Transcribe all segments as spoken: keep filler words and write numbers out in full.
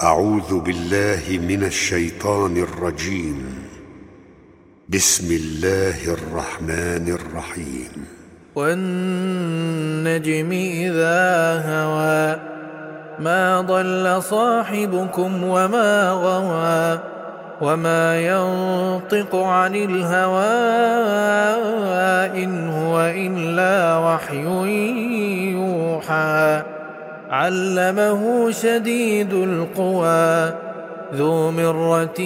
أعوذ بالله من الشيطان الرجيم. بسم الله الرحمن الرحيم. والنجم إذا هوى ما ضل صاحبكم وما غوى وما ينطق عن الهوى إن هو إلا وحي يوحى علمه شديد القوى ذو مرة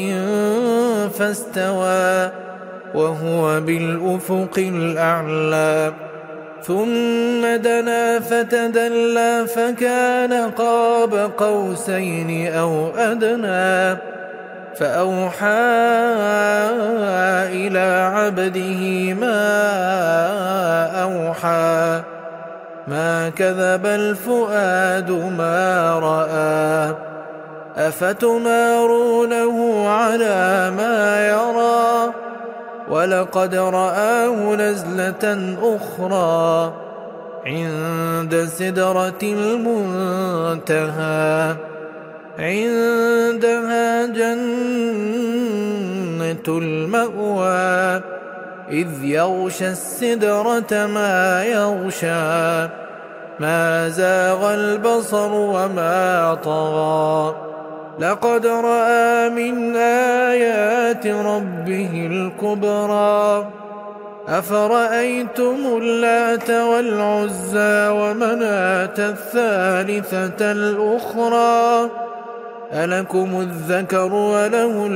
فاستوى وهو بالأفق الأعلى ثم دنا فتدلى فكان قاب قوسين أو أدنى فأوحى إلى عبده ما أوحى ما كذب الفؤاد ما رأى أفتمارونه على ما يرى ولقد رآه نزلة أخرى عند سدرة المنتهى عندها جنة المأوى إذ يغشى السدرة ما يغشى ما زاغ البصر وما طغى لقد رأى من آيات ربه الكبرى أفرأيتم اللات والعزى ومناة الثالثة الأخرى ألكم الذكر وله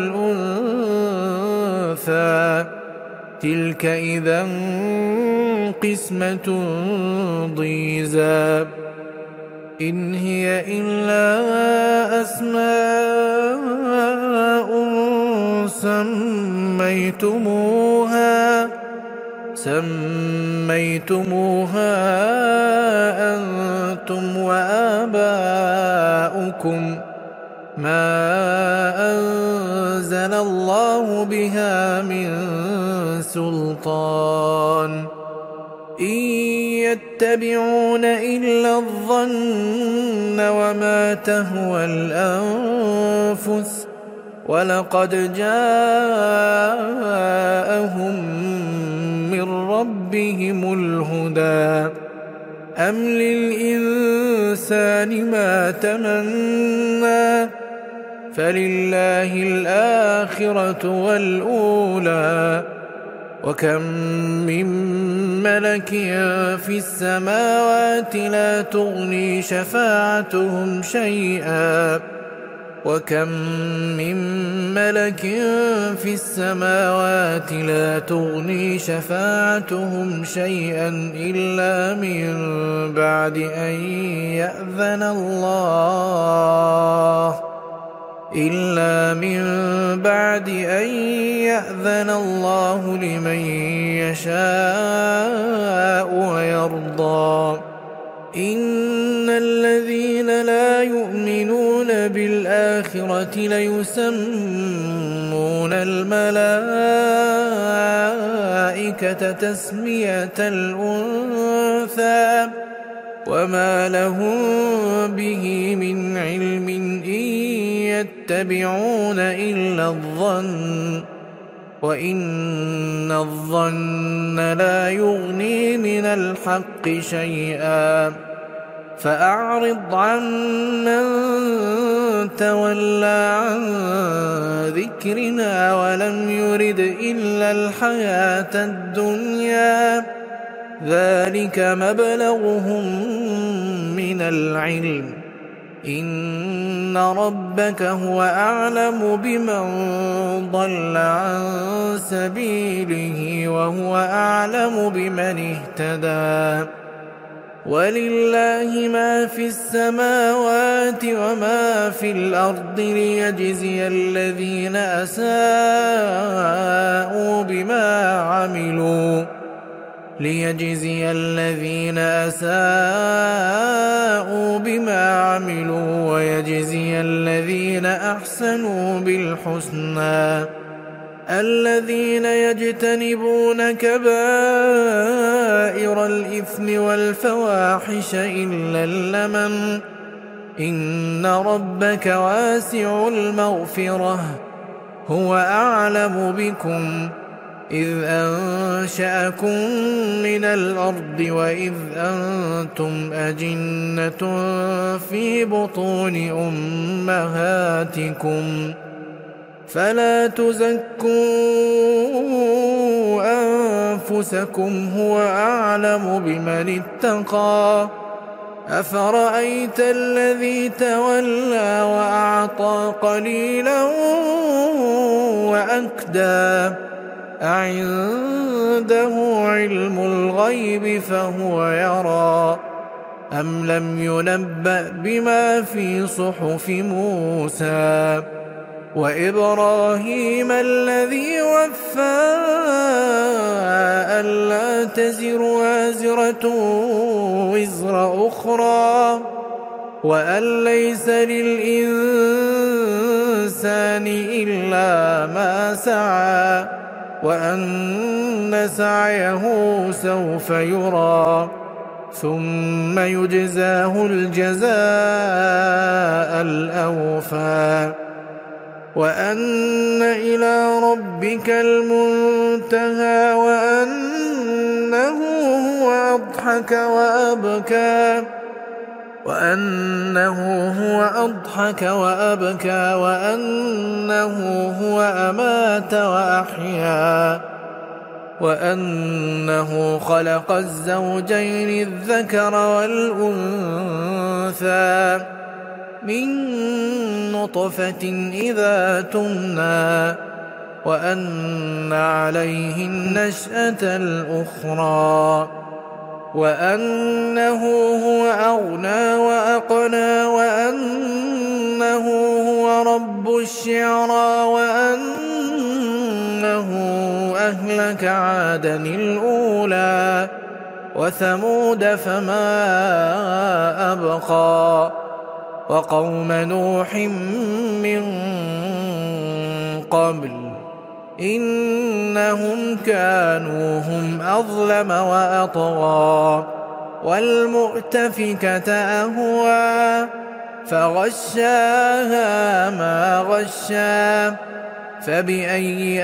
الأنثى تلك إذا قسمة ضيزى إن هي إلا أسماء سميتموها سميتموها أنتم وآباؤكم ما أنزل الله بها من سلطان إن يتبعون إلا الظن وما تهوى الأنفس ولقد جاءهم من ربهم الهدى أم للإنسان ما تمنى فلله الآخرة والأولى وكم من ملك في السماوات لا تغني شفاعتهم شيئا وكم من ملك في السماوات لا تغني شفاعتهم شيئا إلا من بعد أن يأذن الله إلا من بعد أن يأذن الله لمن يشاء ويرضى إن الذين لا يؤمنون بالآخرة ليسمون الملائكة تسمية الأنثى وما لهم به من علم إن يتبعون إلا الظن وإن الظن لا يغني من الحق شيئا فأعرض عمن تولى عن ذكرنا ولم يرد إلا الحياة الدنيا ذلك مبلغهم من العلم إن ربك هو أعلم بمن ضل عن سبيله وهو أعلم بمن اهتدى ولله ما في السماوات وما في الأرض ليجزي الذين أساءوا بما عملوا ليجزي الذين أساءوا بما عملوا ويجزي الذين أحسنوا بالحسنى الذين يجتنبون كبائر الإثم والفواحش إلا اللمم إن ربك واسع المغفرة هو أعلم بكم إذ أنشأكم من الأرض وإذ أنتم أجنة في بطون أمهاتكم فلا تزكوا أنفسكم هو أعلم بمن اتقى أفرأيت الذي تولى وأعطى قليلا وأكدى أعنده علم الغيب فهو يرى أم لم ينبأ بما في صحف موسى وإبراهيم الذي وفى ألا تزر وازرة وزر أخرى وأن ليس للإنسان إلا ما سعى وأن سعيه سوف يرى ثم يجزاه الجزاء الأوفى وأن إلى ربك المنتهى وأنه هو أضحك وأبكى وأنه هو أضحك وأبكى وأنه هو أمات وأحيا وأنه خلق الزوجين الذكر والأنثى من نطفة إذا تمنى وأن عليه النشأة الأخرى وأنه هو أغنى وأقنى وأنه هو رب الشعرى وأنه أهلك عادا الأولى وثمود فما أبقى وقوم نوح من قبل إنهم كانوا هم أظلم وأطغى والمؤتفكة أهوى فغشاها ما غشا فبأي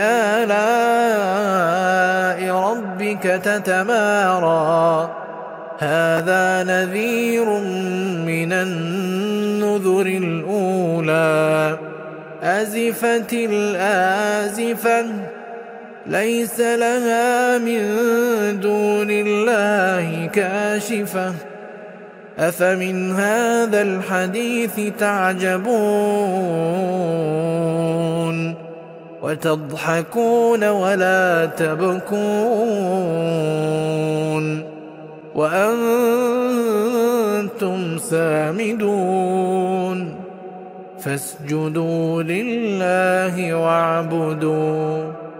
آلاء ربك تتمارى هذا نذير من النذر الأولى أزفت الآزفة ليس لها من دون الله كاشفة أفمن هذا الحديث تعجبون وتضحكون ولا تبكون وأنتم سامدون فاسجدوا لله واعبدوا